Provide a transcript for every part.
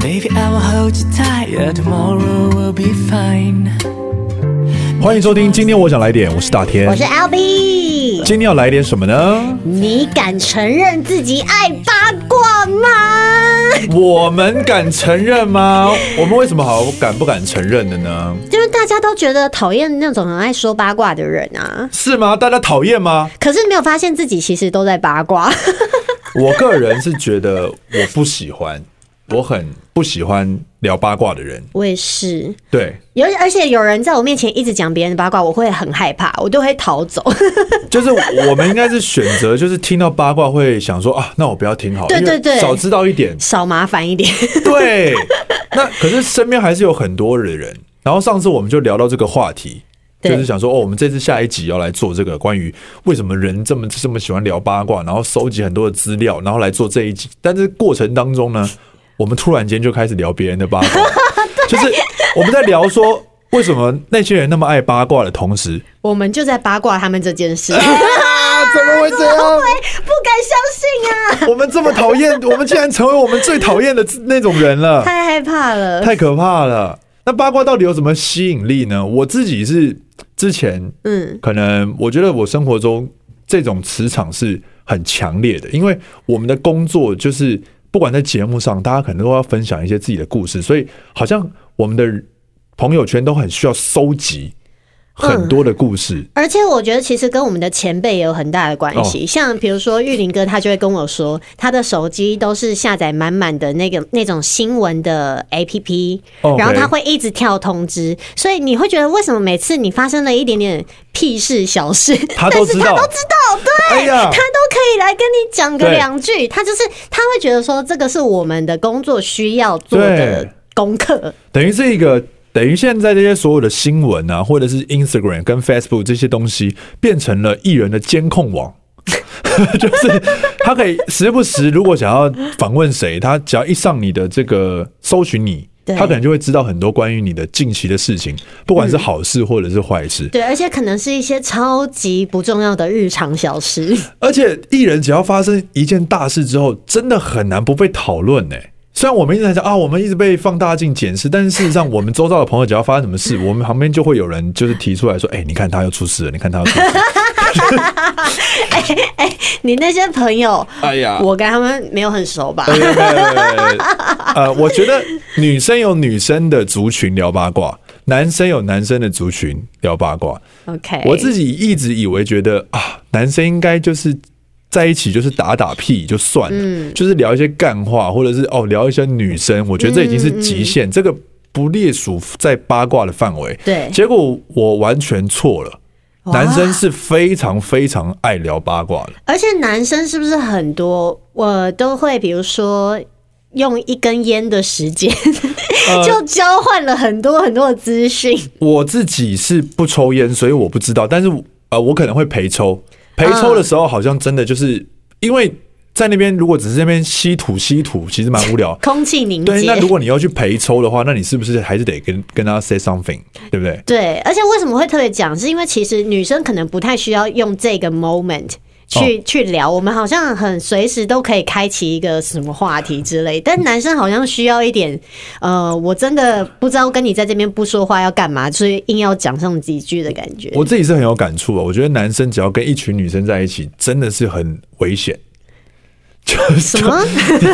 Baby, I will hold you tight. Yeah, tomorrow will be fine. 欢迎收听，今天我想来点，我是大天， 我是 LB。 今天要来点什么呢？ 你敢承认自己爱八卦吗？ 我们敢承认吗？我们为什么好不敢承认的呢？ 就是大家都觉得讨厌那种很爱说八卦的人啊。 是吗？大家讨厌吗？ 可是没有发现自己其实都在八卦。 我个人是觉得我不喜欢，我很不喜欢聊八卦的人。 我也是。 对， 而且有人在我面前一直讲别人的八卦，我会很害怕，我都会逃走。 就是我们应该是选择，就是听到八卦会想说啊，那我不要听好了， 对对对， 少知道一点， 少麻烦一点。 对，那可是身边还是有很多的人。然后上次我们就聊到这个话题，就是想说，我们这次下一集要来做这个关于为什么人这么喜欢聊八卦，然后收集很多的资料，然后来做这一集。但是过程当中呢，我们突然间就开始聊别人的八卦，就是我们在聊说为什么那些人那么爱八卦的同时， 我们就在八卦他们这件事。 怎么会这样？ 不敢相信啊！ 我们这么讨厌，我们竟然成为我们最讨厌的那种人了， 太害怕了， 太可怕了。那八卦到底有什么吸引力呢？我自己是之前，可能我觉得我生活中这种磁场是很强烈的，因为我们的工作就是不管在节目上，大家可能都要分享一些自己的故事，所以好像我们的朋友圈都很需要收集很多的故事， 而且我觉得其实跟我们的前辈也有很大的关系。像比如说玉林哥，他就会跟我说，他的手机都是下载满满的那种新闻的 APP，然后他会一直跳通知，所以你会觉得为什么每次你发生了一点点屁事小事， 他都知道， 对， 哎呀， 他都可以来跟你讲个两句，他会觉得说这个是我们的工作需要做的功课， 等于现在这些所有的新闻啊，或者是 Instagram 跟 Facebook 这些东西，变成了艺人的监控网，就是他可以时不时如果想要访问谁，他只要一上你的这个搜寻你，他可能就会知道很多关于你的近期的事情，不管是好事或者是坏事。 对，而且可能是一些超级不重要的日常小事。 而且艺人只要发生一件大事之后，真的很难不被讨论呢。虽然我们一直在讲啊，我们一直被放大镜检视，但是事实上，我们周遭的朋友只要发生什么事，我们旁边就会有人就是提出来说：“你看他又出事了，你看他又出事了。” 你那些朋友， 哎呀， 我跟他们没有很熟吧？ 我觉得女生有女生的族群聊八卦，男生有男生的族群聊八卦。 OK， 我自己一直以为觉得啊，男生应该就是在一起就是打屁就算了，就是聊一些干话，或者是聊一些女生，我觉得这已经是极限，这个不列属在八卦的范围。 对， 结果我完全错了。男生是非常非常爱聊八卦的， 而且男生是不是很多我都会比如说用一根烟的时间就交换了很多很多的资讯。我自己是不抽烟，所以我不知道，但是我可能会陪抽的时候，好像真的就是因为在那边如果只是那边吸土，其实蛮无聊， 空气凝结。 对，那如果你要去陪抽的话，那你是不是还是得跟他 say something， 对不对？ 对，而且为什么会特别讲，是因为其实女生可能不太需要用这个 moment去聊，我们好像很随时都可以开启一个什么话题之类，但男生好像需要一点，我真的不知道跟你在这边不说话要干嘛，所以硬要讲上几句的感觉。 我自己是很有感触，我觉得男生只要跟一群女生在一起，真的是很危险。 什么？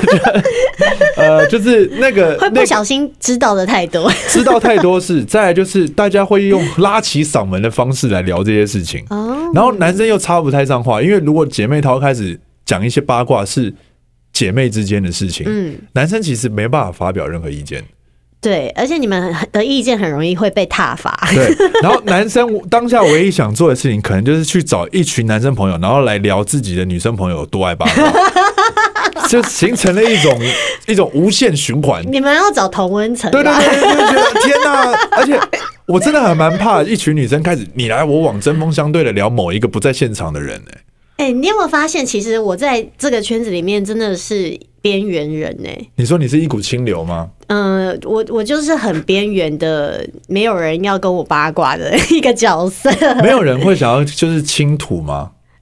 就是那个会不小心知道的太多， 知道太多事。再来就是大家会用拉起嗓门的方式来聊这些事情，然后男生又插不太上话，因为如果姐妹淘开始讲一些八卦是姐妹之间的事情，男生其实没办法发表任何意见。 对，而且你们的意见很容易会被挞伐。 对，然后男生当下唯一想做的事情，可能就是去找一群男生朋友，然后来聊自己的女生朋友有多爱八卦，就形成了一种无限循环。 你们要找同温层， 对，就觉得天哪！而且我真的还蛮怕一群女生开始你来我往针锋相对的聊某一个不在现场的人。 你有没有发现，其实我在这个圈子里面真的是边缘人呢？ 你说你是一股清流吗？ 我就是很边缘的，没有人要跟我八卦的一个角色。 没有人会想要就是倾吐吗？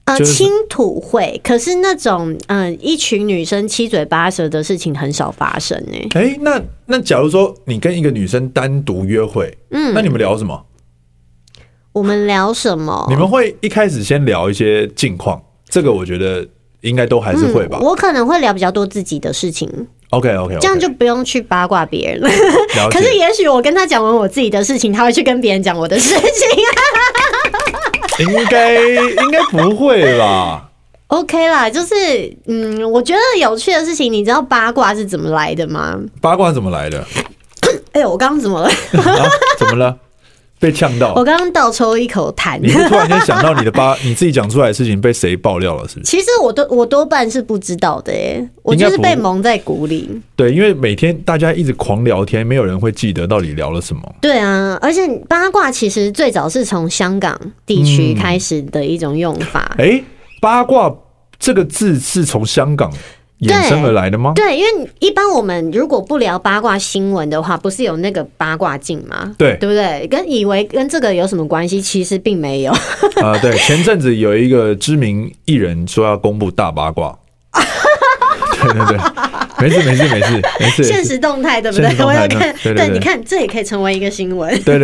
倾吐会，可是那种一群女生七嘴八舌的事情很少发生那假如说你跟一个女生单独约会，那你们聊什么？ 我们聊什么？ 你们会一开始先聊一些近况，这个我觉得应该都还是会吧。 我可能会聊比较多自己的事情。 OK， 这样就不用去八卦别人了。可是也许我跟他讲完我自己的事情，他会去跟别人讲我的事情。 应该不会吧 ？OK 啦，就是我觉得有趣的事情，你知道八卦是怎么来的吗？ 八卦怎么来的？ 哎呦，我刚刚怎么了？ 怎么了？被呛到？ 我刚刚倒抽一口痰。 你是突然间想到你自己讲出来的事情被谁爆料了？是不是？ 其实我多半是不知道的我就是被蒙在鼓里。 对，因为每天大家一直狂聊天，没有人会记得到底聊了什么。 对啊，而且八卦其实最早是从香港地区开始的一种用法。 八卦这个字是从香港衍生而来的吗？ 对，因为一般我们如果不聊八卦新闻的话，不是有那个八卦镜吗？对不对？以为跟这个有什么关系，其实并没有。 对，前阵子有一个知名艺人说要公布大八卦。对，没事。 现实动态对不对？我要看，对，你看这也可以成为一个新闻。 对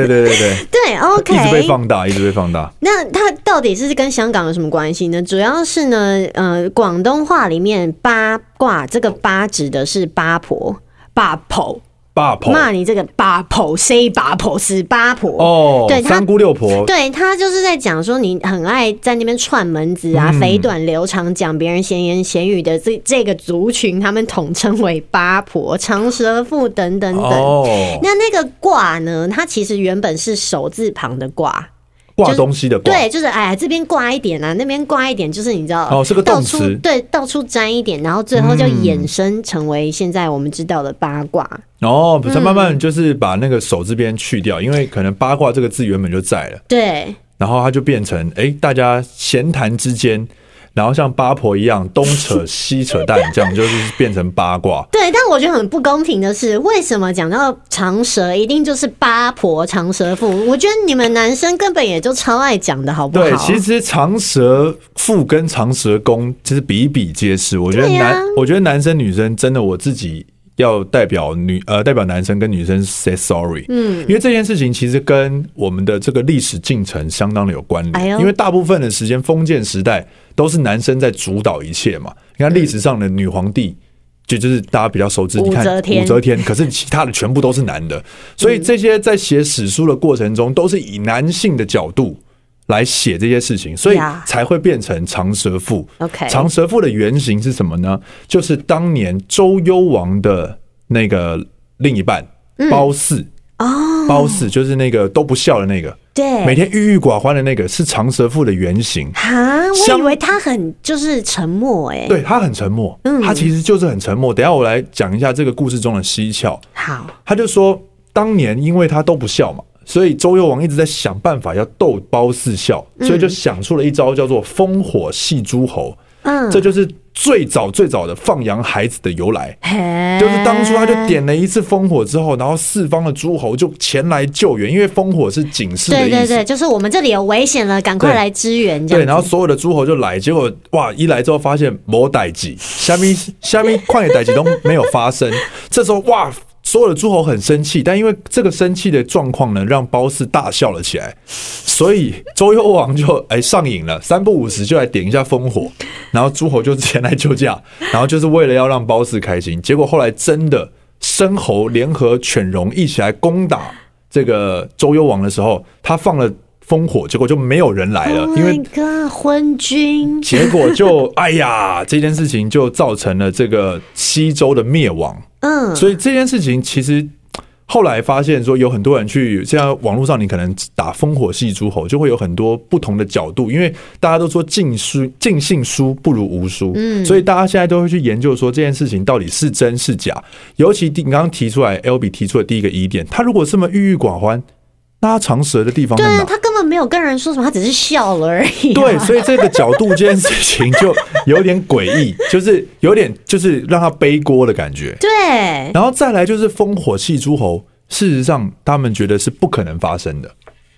，OK， 一直被放大。 那它到底是跟香港有什么关系呢？主要是呢，广东话里面八卦这个八指的是八婆、八婆。骂你这个八婆，谁八婆是八婆对， 三姑六婆， 对他就是在讲说你很爱在那边串门子啊，肥短流长讲别人闲言闲语的这个族群，他们统称为八婆、长舌妇等等等。那个卦呢，它其实原本是手字旁的卦。 挂东西的挂， 对，就是这边挂一点啊，那边挂一点，就是你知道， 是个动词， 对，到处沾一点，然后最后就衍生成为现在我们知道的八卦。 它慢慢就是把那个手字边去掉，因为可能八卦这个字原本就在了， 对， 然后它就变成大家闲谈之间。然后像八婆一样东扯西扯淡，这样就是变成八卦。 对，但我觉得很不公平的是，为什么讲到长舌一定就是八婆、长舌妇？我觉得你们男生根本也就超爱讲的好不好？对， 其实长舌妇跟长舌公其实比比皆是。我觉得男生女生真的，我自己要代表男生跟女生 say sorry，因为这件事情其实跟我们的这个历史进程相当的有关联。因为大部分的时间，封建时代都是男生在主导一切嘛。你看历史上的女皇帝，就是大家比较熟知，你看武则天，可是其他的全部都是男的，所以这些在写史书的过程中，都是以男性的角度来写这些事情，所以才会变成长舌妇。长舌妇的原型是什么呢？就是当年周幽王的那个另一半褒姒。褒姒就是那个都不笑的那个， 对， 每天郁郁寡欢的那个，是长舌妇的原型。 我以为他很就是沉默对， 他很沉默，他其实就是很沉默。等一下我来讲一下这个故事中的蹊跷。 好， 他就说当年因为他都不笑嘛，所以周幽王一直在想办法要逗褒姒笑，所以就想出了一招叫做烽火戏诸侯。这就是最早的放羊孩子的由来，就是当初他就点了一次烽火之后，然后四方的诸侯就前来救援，因为烽火是警示的意思， 对，就是我们这里有危险了，赶快来支援。 对，然后所有的诸侯就来，结果一来之后发现没代志，下面旷野代志都没有发生，这时候所有的诸侯很生气，但因为这个生气的状况呢，让褒姒大笑了起来，所以周幽王就上瘾了，三不五时就来点一下烽火，然后诸侯就前来救驾，然后就是为了要让褒姒开心。结果后来真的申侯联合犬戎一起来攻打这个周幽王的时候，他放了烽火，结果就没有人来了，因为昏君。 结果就这件事情就造成了这个西周的灭亡。所以这件事情其实后来发现说，有很多人去现在网络上，你可能打烽火戏诸侯，就会有很多不同的角度，因为大家都说尽信书不如无书，所以大家现在都会去研究说这件事情到底是真是假。尤其你刚刚提出来 ，LB 提出的第一个疑点，他如果这么郁郁寡欢，那他长舌的地方在哪？ 他根本没有跟人说什么，他只是笑了而已。 对，所以这个角度这件事情就有点诡异，就是有点就是让他背锅的感觉。 对， 然后再来就是烽火戏诸侯，事实上他们觉得是不可能发生的。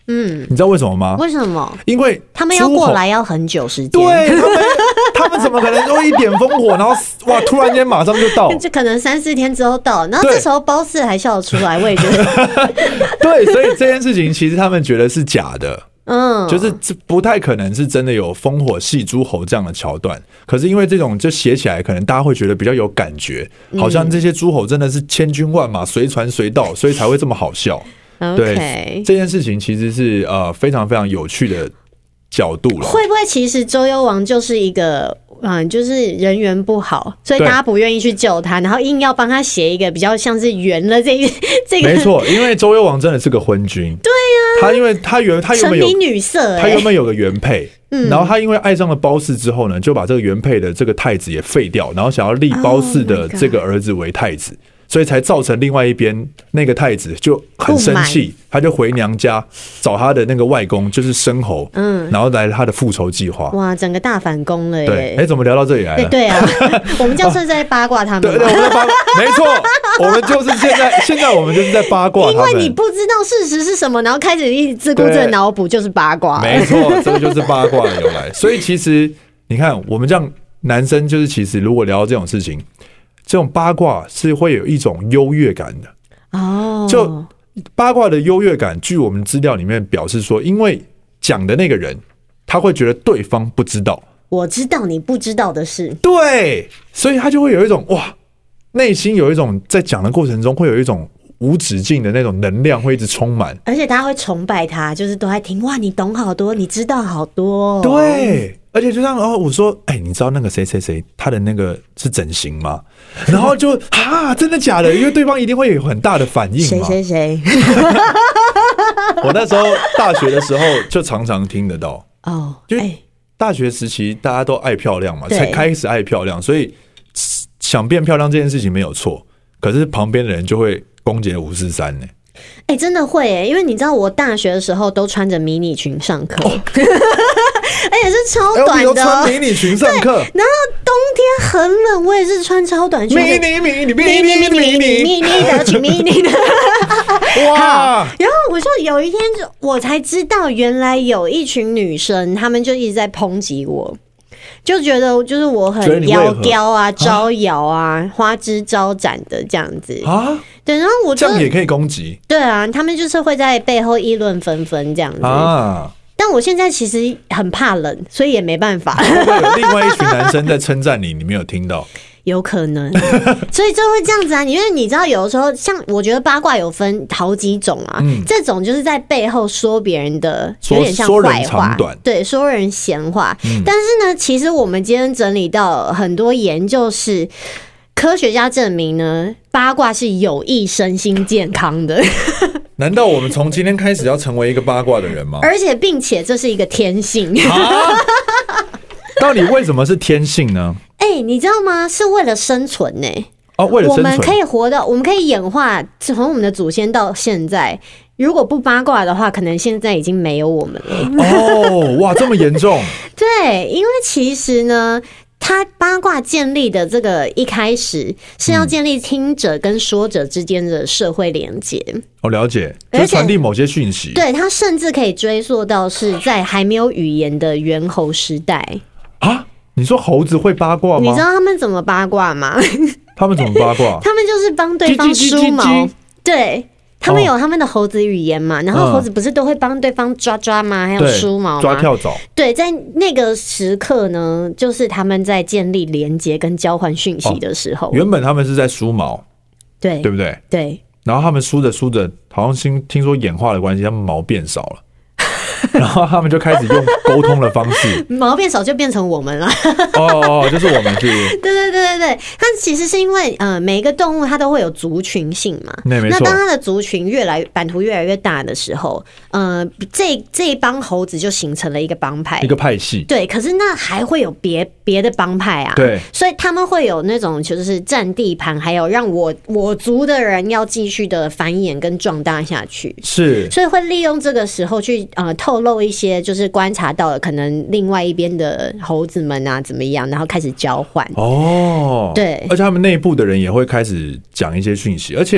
你知道为什么吗？ 为什么？ 因为他们要过来要很久时间， 对他们怎么可能说一点烽火，然后哇，突然间马上就到？ 就可能3-4天之后到，然后这时候褒姒还笑得出来，我也觉得对，所以这件事情其实他们觉得是假的。就是不太可能是真的有烽火戏诸侯这样的桥段，可是因为这种就写起来，可能大家会觉得比较有感觉，好像这些诸侯真的是千军万马随传随到，所以才会这么好笑。对，这件事情其实是非常非常有趣的角度了。 会不会其实周幽王就是一个就是人缘不好，所以大家不愿意去救他，然后硬要帮他写一个比较像是圆了这个。 没错，因为周幽王真的是个昏君。对呀，他因为他原本沉迷女色， 他原本有个原配，然后他因为爱上了褒姒之后呢，就把这个原配的这个太子也废掉，然后想要立褒姒的这个儿子为太子。所以才造成另外一边那个太子就很生气，他就回娘家找他的那个外公，就是申侯，然后来他的复仇计划。 哇，整个大反攻了耶！ 对，怎么聊到这里来了？ 对啊，我们就是在八卦他们。 对，我们在八卦，没错，我们就是现在我们就是在八卦他们。 因为你不知道事实是什么，然后开始一自顾自的脑补，就是八卦。 没错，这个就是八卦的由来。所以其实你看，我们这样男生就是其实如果聊到这种事情。这种八卦是会有一种优越感的就八卦的优越感，据我们资料里面表示说，因为讲的那个人他会觉得对方不知道， 我知道你不知道的事， 对，所以他就会有一种哇，内心有一种在讲的过程中会有一种无止境的那种能量会一直充满， 而且大家会崇拜他，就是都在听哇，你懂好多，你知道好多， 对。而且就像我说，你知道那个谁谁谁他的那个是整形吗？然后就真的假的？因为对方一定会有很大的反应嘛。谁？我那时候大学的时候就常常听得到就大学时期大家都爱漂亮嘛，才开始爱漂亮，所以想变漂亮这件事情没有错。可是旁边的人就会攻讦543呢。 真的会因为你知道我大学的时候都穿着迷你裙上课，而且是超短的， 都穿迷你裙上课。 然后冬天很冷，我也是穿超短裙，迷你的裙，迷你的。哇！然后我就有一天我才知道，原来有一群女生，她们就一直在抨击我。就觉得就是我很妖娇啊、招摇啊、花枝招展的这样子啊。对，然后我这样也可以攻击。 对啊，他们就是会在背后议论纷纷这样子啊。但我现在其实很怕冷，所以也没办法。 会不会有另外一群男生在称赞你，你没有听到？ 有可能，所以就会这样子啊。因为你知道，有的时候像我觉得八卦有分好几种啊。这种就是在背后说别人的，有点像坏话，对，说人闲话。但是呢，其实我们今天整理到很多研究是，科学家证明呢，八卦是有益身心健康的。 难道我们从今天开始要成为一个八卦的人吗？ 而且并且这是一个天性。 到底为什么是天性呢？ 你知道吗？是为了生存呢。 为了生存， 我们可以活到，我们可以演化，从我们的祖先到现在。如果不八卦的话，可能现在已经没有我们了。 哇，这么严重？ 对，因为其实呢，它八卦建立的这个一开始是要建立听者跟说者之间的社会连结。 我了解，就是传递某些讯息。 对，它甚至可以追溯到是在还没有语言的猿猴时代啊。你说猴子会八卦吗？ 你知道他们怎么八卦吗？ 他们怎么八卦？ 他们就是帮对方梳毛。对，他们有他们的猴子语言嘛，然后猴子不是都会帮对方抓抓吗？还有梳毛吗？ 抓跳蚤。 对，在那个时刻呢，就是他们在建立连结跟交换讯息的时候。 原本他们是在梳毛，对不对？ 对。 然后他们梳着梳着，好像听说演化的关系，他们毛变少了。然后他们就开始用沟通的方式， 毛变少就变成我们了。 就是我们是。 对，它其实是因为每一个动物它都会有族群性嘛。 那当它的族群版图越来越大的时候，这一帮猴子就形成了一个帮派， 一个派系。 对，可是那还会有别的帮派啊。 对， 所以他们会有那种就是占地盘，还有让我族的人要继续的繁衍跟壮大下去。 是， 所以会利用这个时候去透露一些就是观察到了可能另外一边的猴子们啊怎么样，然后开始交换。 对，而且他们内部的人也会开始讲一些讯息，而且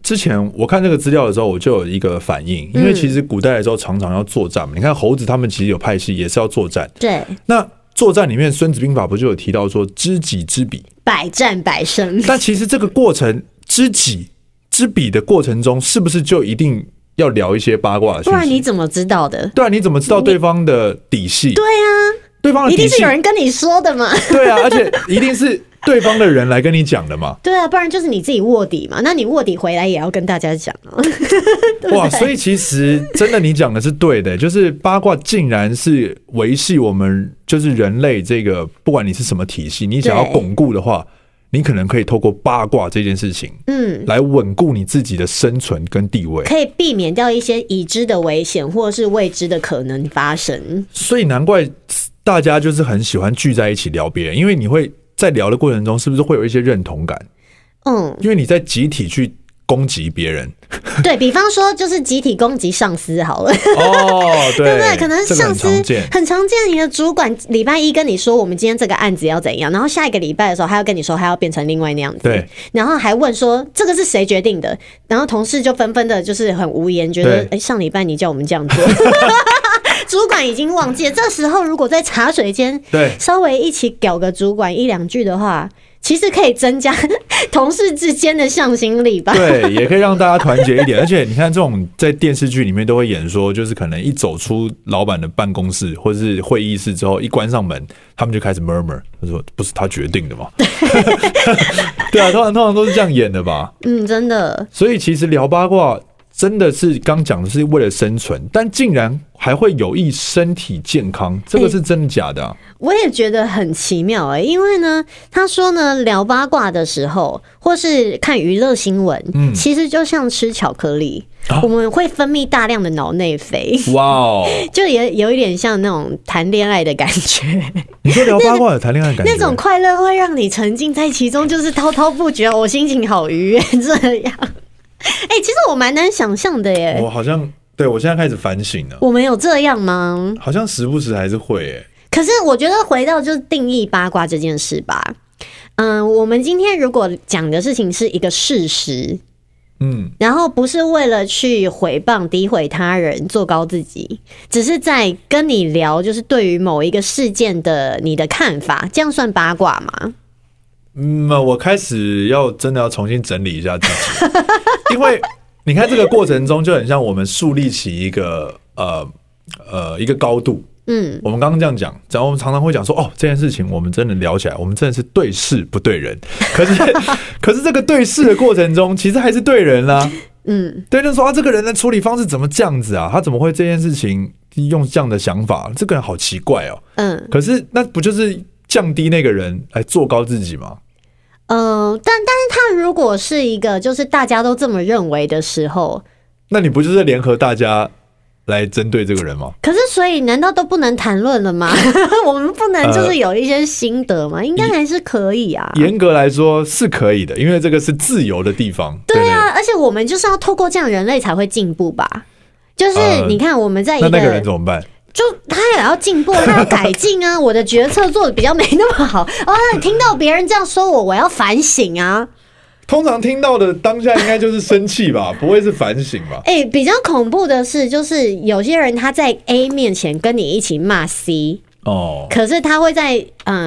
之前我看这个资料的时候，我就有一个反应，因为其实古代的时候常常要作战嘛。你看猴子他们其实有派系，也是要作战。 对， 那作战里面《孙子兵法》不就有提到说知己知彼， 百战百胜。 但其实这个过程知己知彼的过程中，是不是就一定要聊一些八卦的讯息？ 不然你怎么知道的？ 对啊，你怎么知道对方的底细？ 对啊， 对方的底细一定是有人跟你说的嘛。 对啊，而且一定是对方的人来跟你讲的嘛。 对啊，不然就是你自己卧底嘛。那你卧底回来也要跟大家讲啊。 哇，所以其实真的你讲的是对的，就是八卦竟然是维系我们就是人类这个，不管你是什么体系，你想要巩固的话，你可能可以透过八卦这件事情，来稳固你自己的生存跟地位， 可以避免掉一些已知的危险或者是未知的可能发生。 所以难怪大家就是很喜欢聚在一起聊别人，因为你会在聊的过程中，是不是会有一些认同感？因为你在集体去攻击别人， 对，比方说就是集体攻击上司好了。 哦，对， 对不对？可能上司很常见，你的主管礼拜一跟你说我们今天这个案子要怎样，然后下一个礼拜的时候他要跟你说他要变成另外那样子，对，然后还问说这个是谁决定的，然后同事就纷纷的就是很无言，觉得上礼拜你叫我们这样做。主管已经忘记了，这时候如果在茶水间稍微一起屌个主管一两句的话，其实可以增加同事之间的向心力吧。对， 也可以让大家团结一点。而且你看，这种在电视剧里面都会演说，就是可能一走出老板的办公室或是会议室之后，一关上门，他们就开始 murmur， 他说不是他决定的吗？对啊，通常都是这样演的吧？ 真的。 所以其实聊八卦真的是刚讲的是为了生存，但竟然还会有益身体健康，这个是真的假的啊？ 我也觉得很奇妙因为呢，他说呢，聊八卦的时候，或是看娱乐新闻，其实就像吃巧克力，我们会分泌大量的脑内啡。哇哦，就也有一点像那种谈恋爱的感觉。 你说聊八卦有谈恋爱的感觉？ 那种快乐会让你沉浸在其中，就是滔滔不绝，我心情好愉悦这样。其实我蛮难想象的耶。我好像对我现在开始反省了。 我们有这样吗？ 好像时不时还是会耶。 可是我觉得回到就是定义八卦这件事吧。我们今天如果讲的事情是一个事实，然后不是为了去诽谤、诋毁他人、做高自己，只是在跟你聊，就是对于某一个事件的你的看法，这样算八卦吗？ 我开始真的要重新整理一下自己，因为你看这个过程中就很像我们树立起一个一个高度。我们刚刚这样讲，然后我们常常会讲说，这件事情我们真的聊起来，我们真的是对事不对人。可是这个对事的过程中，其实还是对人啦。对人说这个人的处理方式怎么这样子啊？他怎么会这件事情用这样的想法？这个人好奇怪哦。可是那不就是降低那个人来做高自己吗？ 但是他如果是一个就是大家都这么认为的时候， 那你不就是联合大家来针对这个人吗？ 可是所以难道都不能谈论了吗？我们不能就是有一些心得吗？应该还是可以啊。严格来说是可以的，因为这个是自由的地方。 对啊，而且我们就是要透过这样，人类才会进步吧。就是你看我们在一个那个人怎么办？ 就他也要进步，他要改进啊！我的决策做的比较没那么好，听到别人这样说我要反省啊。 通常听到的当下应该就是生气吧，不会是反省吧？ 比较恐怖的是，就是有些人他在 A 面前跟你一起骂 C，可是他会在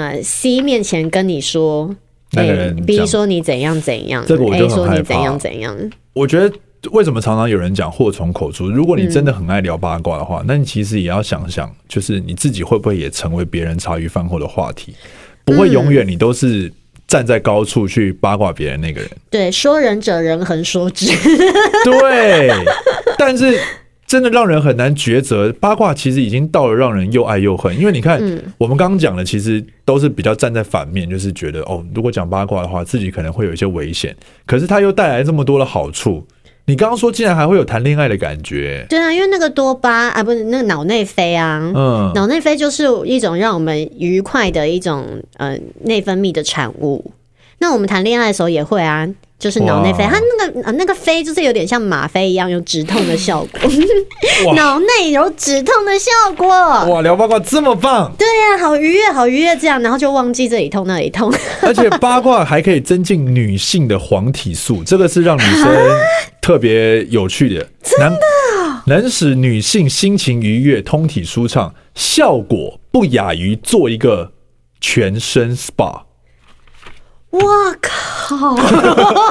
C 面前跟你说，B 说你怎样怎样， 这个我就很害怕。 A 说你怎样怎样。 我觉得为什么常常有人讲祸从口出？如果你真的很爱聊八卦的话，那你其实也要想想，就是你自己会不会也成为别人茶余饭后的话题？不会永远你都是站在高处去八卦别人那个人。对， 说人者人恒说之。 对，但是真的让人很难抉择。八卦其实已经到了让人又爱又恨，因为你看，我们刚刚讲的其实都是比较站在反面，就是觉得如果讲八卦的话，自己可能会有一些危险，可是它又带来这么多的好处。你刚刚说竟然还会有谈恋爱的感觉？对啊，因为那个多巴不是那个脑内啡啊，脑内啡就是一种让我们愉快的一种内分泌的产物。那我们谈恋爱的时候也会啊， 就是脑内啡，它那个飞就是有点像吗啡一样，有止痛的效果，脑内有止痛的效果。 哇，聊八卦这么棒！ 对呀、好愉悦，好愉悦，这样，然后就忘记这里痛那里痛。 而且八卦还可以增进女性的黄体素，这个是让女生特别有趣的，能使女性心情愉悦、通体舒畅，效果不亚于做一个全身 SPA。 哇靠！我不知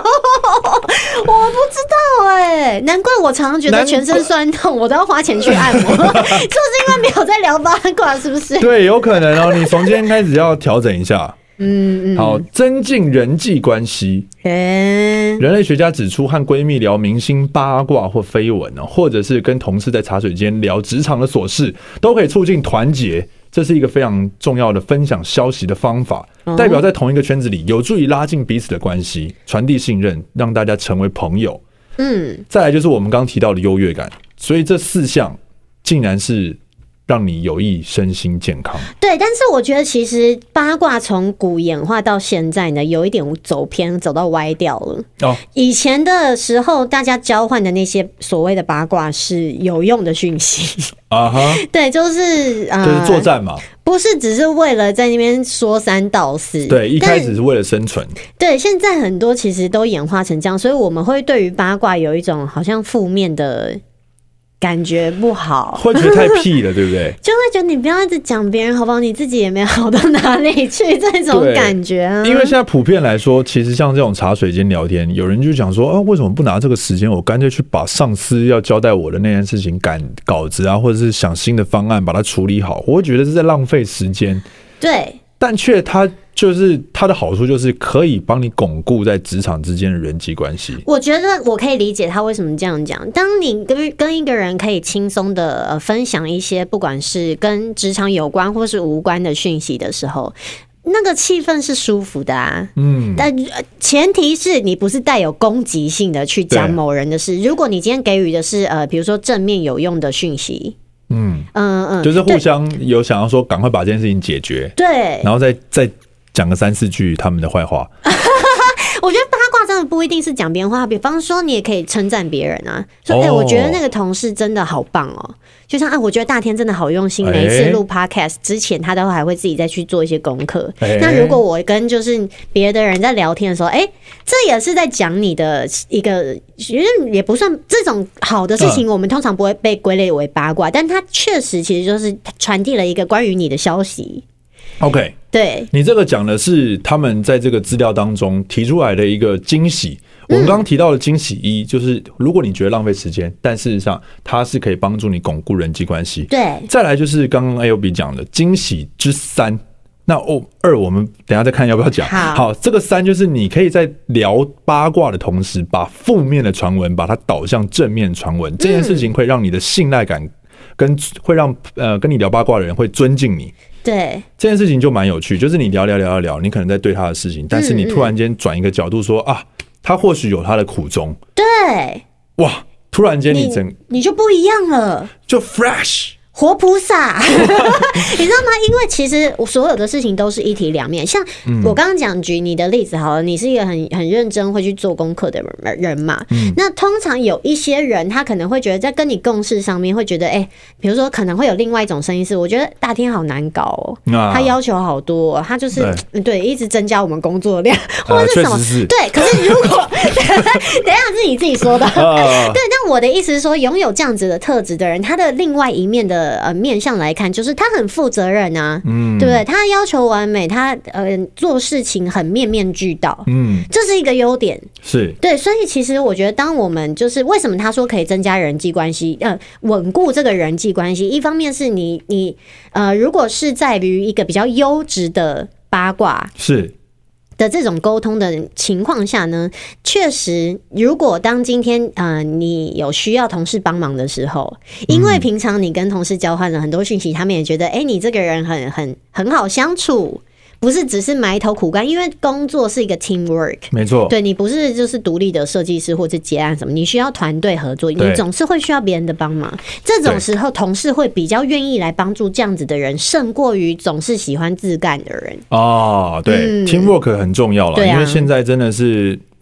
道哎、难怪我常常觉得全身酸痛，我都要花钱去按摩，就是因为没有在聊八卦，是不是？ 对，有可能哦。你从今天开始要调整一下。好，增进人际关系。人类学家指出，和闺蜜聊明星八卦或绯闻或者是跟同事在茶水间聊职场的琐事，都可以促进团结。这是一个非常重要的分享消息的方法，代表在同一个圈子里，有助于拉近彼此的关系，传递信任，让大家成为朋友。再来就是我们刚刚提到的优越感，所以这4项竟然是让你有益身心健康。 对，但是我觉得其实八卦从古演化到现在呢，有一点走偏，走到歪掉了。以前的时候，大家交换的那些所谓的八卦是有用的讯息。对，就是作战嘛， 不是只是为了在那边说三道四。对， 一开始是为了生存。 对，现在很多其实都演化成这样，所以我们会对于八卦有一种好像负面的感觉不好， 会觉得太屁了，对不对？ 就会觉得你不要一直讲别人好不好，你自己也没好到哪里去，这种感觉啊。因为现在普遍来说，其实像这种茶水间聊天，有人就讲说为什么不拿这个时间，我干脆去把上司要交代我的那件事情赶稿子啊，或者是想新的方案把它处理好，我会觉得是在浪费时间。 对， 但却它的好处就是可以帮你巩固在职场之间的人际关系。 我觉得我可以理解他为什么这样讲。当你跟一个人可以轻松的分享一些不管是跟职场有关或是无关的讯息的时候，那个气氛是舒服的啊。但前提是你不是带有攻击性的去讲某人的事。如果你今天给予的是比如说正面有用的讯息， 就是互相有想要说赶快把这件事情解决， 对， 然后再讲个3-4句他们的坏话。 我觉得八卦真的不一定是讲别人话，比方说你也可以称赞别人啊，说我觉得那个同事真的好棒哦，就像我觉得大天真的好用心，每一次录 podcast 之前他都还会自己再去做一些功课。那如果我跟就是别的人在聊天的时候，这也是在讲你的一个，也不算这种好的事情，我们通常不会被归类为八卦，但它确实其实就是传递了一个关于你的消息。 OK， 对， 你这个讲的是他们在这个资料当中提出来的一个惊喜。我们刚刚提到的惊喜1，就是如果你觉得浪费时间，但事实上它是可以帮助你巩固人际关系。 对， 再来就是刚刚 AOB 讲的惊喜之3。那2我们等一下再看要不要讲。好，这个3就是你可以在聊八卦的同时，把负面的传闻把它导向正面传闻。这件事情会让你的信赖感会让跟你聊八卦的人会尊敬你。 对， 这件事情就蛮有趣，就是你聊，你可能在对他的事情，但是你突然间转一个角度说他或许有他的苦衷。 对， 哇，突然间你就不一样了， 就 fresh。 活菩萨，你知道吗？因为其实所有的事情都是一体两面。像我刚刚讲举你的例子好了，你是一个很认真会去做功课的人嘛。那通常有一些人，他可能会觉得在跟你共事上面，会觉得比如说可能会有另外一种声音是，我觉得大天好难搞哦，他要求好多，他就是对一直增加我们工作量，或者是什么。对，可是如果等一下是你自己说的，对，但我的意思是说，拥有这样子的特质的人，他的另外一面的面向来看，就是他很负责任啊，对不对？他要求完美，他做事情很面面俱到，这是一个优点， 是对。所以其实我觉得，当我们就是为什么他说可以增加人际关系，稳固这个人际关系，一方面是你如果是在于一个比较优质的八卦是的这种沟通的情况下呢，确实，如果当今天你有需要同事帮忙的时候，因为平常你跟同事交换了很多讯息，他们也觉得你这个人很好相处，不是只是埋头苦干，因为工作是一个 teamwork， 没错， 对，你不是就是独立的设计师或者结案什么，你需要团队合作，你总是会需要别人的帮忙。这种时候，同事会比较愿意来帮助这样子的人，胜过于总是喜欢自干的人。 对，teamwork 很重要啦，因为现在真的是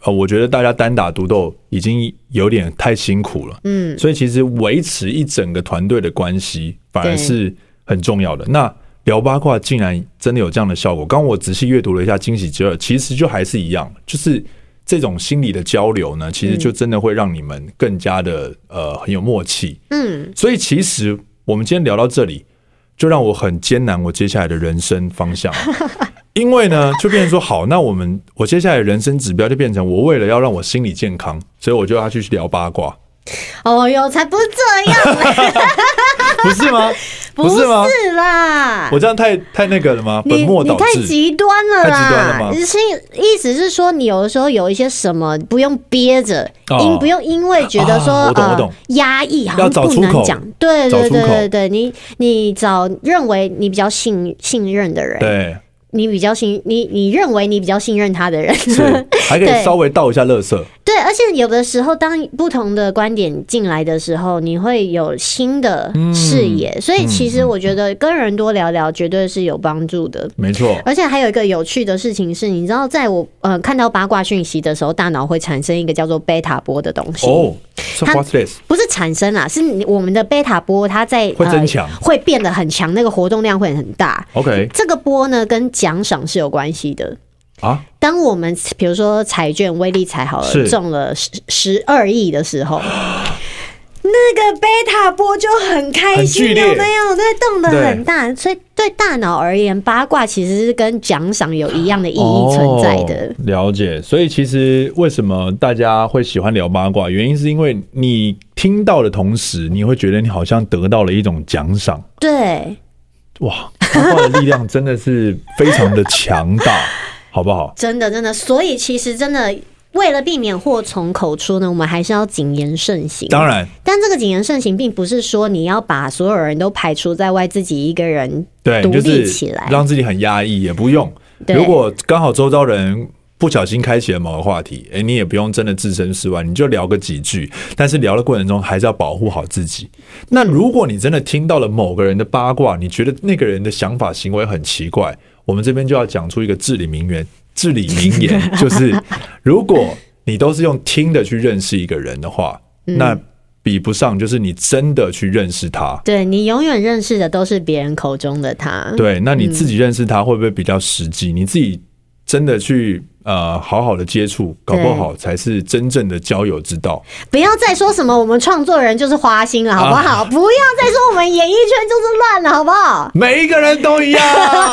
我觉得大家单打独斗已经有点太辛苦了，所以其实维持一整个团队的关系反而是很重要的。那聊八卦竟然真的有这样的效果，刚我仔细阅读了一下惊喜之二，其实就还是一样，就是这种心理的交流呢，其实就真的会让你们更加的很有默契。所以其实我们今天聊到这里，就让我很艰难我接下来的人生方向。因为呢，就变成说好，那我接下来的人生指标就变成我为了要让我心理健康，所以我就要去聊八卦。 哦哟，才不是这样呢！ 不是吗？ 不是啦， 我这样太那个了吗？本末倒置， 你太极端了啦！ 太极端了吗？ 意思是说，你有的时候有一些什么不用憋着，不用因为觉得说我懂压抑好像不能讲，对对对对对，你找认为你比较信任的人， 对。 你认为你比较信任他的人， 是还可以稍微倒一下垃圾。 对，而且有的时候，当不同的观点进来的时候，你会有新的视野。所以，其实我觉得跟人多聊聊，绝对是有帮助的。 没错。 而且还有一个有趣的事情是，你知道，在我看到八卦讯息的时候，大脑会产生一个叫做贝塔波的东西。 哦，它不是产生啦，是我们的贝塔波，它在会增强， 会变得很强，那个活动量会很大。 OK， 这个波呢跟奖赏是有关系的啊。当我们比如说彩券威力彩好了中了12亿的时候，那个贝塔波就很开心，有没有？对，动得很大，所以对大脑而言，八卦其实是跟奖赏有一样的意义存在的。 了解，所以其实为什么大家会喜欢聊八卦，原因是因为你听到的同时，你会觉得你好像得到了一种奖赏。 对， 哇，八卦的力量真的是非常的强大，好不好？ 真的，所以其实真的。为了避免祸从口出呢，我们还是要谨言慎行。 当然， 但这个谨言慎行并不是说你要把所有人都排除在外，自己一个人独立起来， 让自己很压抑，也不用。如果刚好周遭人不小心开启了某个话题，你也不用真的置身事外，你就聊个几句。但是聊的过程中还是要保护好自己。那如果你真的听到了某个人的八卦，你觉得那个人的想法行为很奇怪，我们这边就要讲出一个至理名言，就是如果你都是用听的去认识一个人的话，那比不上就是你真的去认识他。 对，你永远认识的都是别人口中的他。 对，那你自己认识他会不会比较实际？你自己真的去好好的接触，搞不好才是真正的交友之道。 不要再说什么我们创作人就是花心了，好不好？不要再说我们演艺圈就是乱了，好不好？ 每一个人都一样。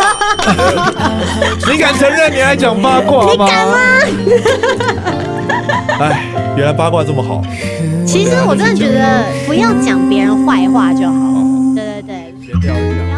你敢承认你还讲八卦吗？ 你敢吗？ 哎，原来八卦这么好。 其实我真的觉得不要讲别人坏话就好。对， 先聊一下。